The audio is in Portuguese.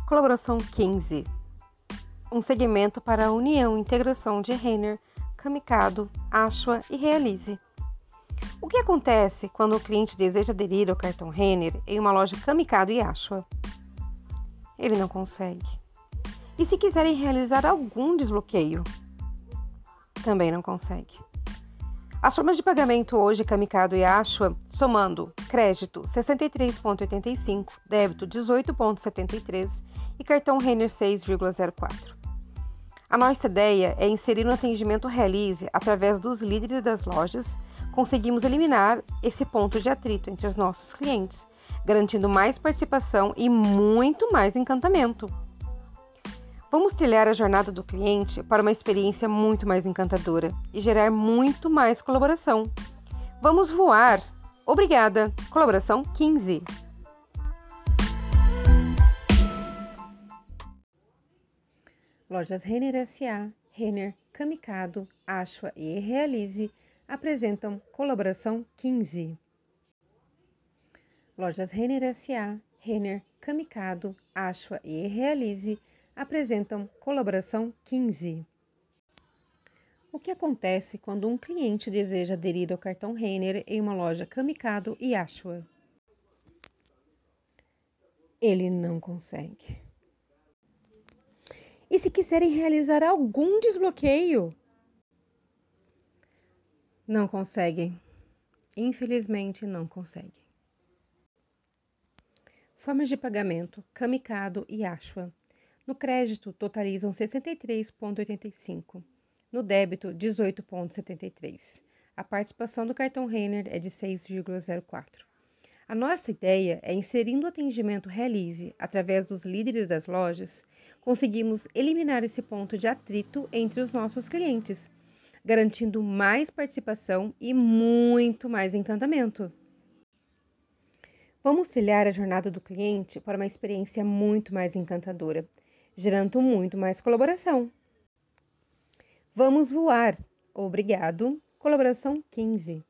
Colaboração 15. Um segmento para a união e integração de Renner, Camicado, Ashua e Realize. O que acontece quando o cliente deseja aderir ao cartão Renner em uma loja Camicado e Ashua? Ele não consegue. E se quiserem realizar algum desbloqueio? Também não consegue. As formas de pagamento hoje Camicado e Ashua, somando crédito 63,85, débito 18,73 e cartão Renner 6,04. A nossa ideia é inserir um atendimento Realize através dos líderes das lojas. Conseguimos eliminar esse ponto de atrito entre os nossos clientes, garantindo mais participação e muito mais encantamento. Vamos trilhar a jornada do cliente para uma experiência muito mais encantadora e gerar muito mais colaboração. Vamos voar! Obrigada! Colaboração 15. Lojas Renner S.A., Renner, Camicado, Ashua e Realize apresentam Colaboração 15. Lojas Renner S.A., Renner, Camicado, Ashua e Realize apresentam Colaboração 15. O que acontece quando um cliente deseja aderir ao cartão Renner em uma loja Camicado e Ashua? Ele não consegue. E se quiserem realizar algum desbloqueio? Não conseguem. Infelizmente, não conseguem. Formas de pagamento: Camicado e Ashua. No crédito, totalizam 63,85. No débito, 18,73. A participação do cartão Renner é de 6,04. A nossa ideia é, inserindo o atendimento Realize através dos líderes das lojas, conseguimos eliminar esse ponto de atrito entre os nossos clientes, garantindo mais participação e muito mais encantamento. Vamos trilhar a jornada do cliente para uma experiência muito mais encantadora, gerando muito mais colaboração. Vamos voar! Obrigado! Colaboração 15.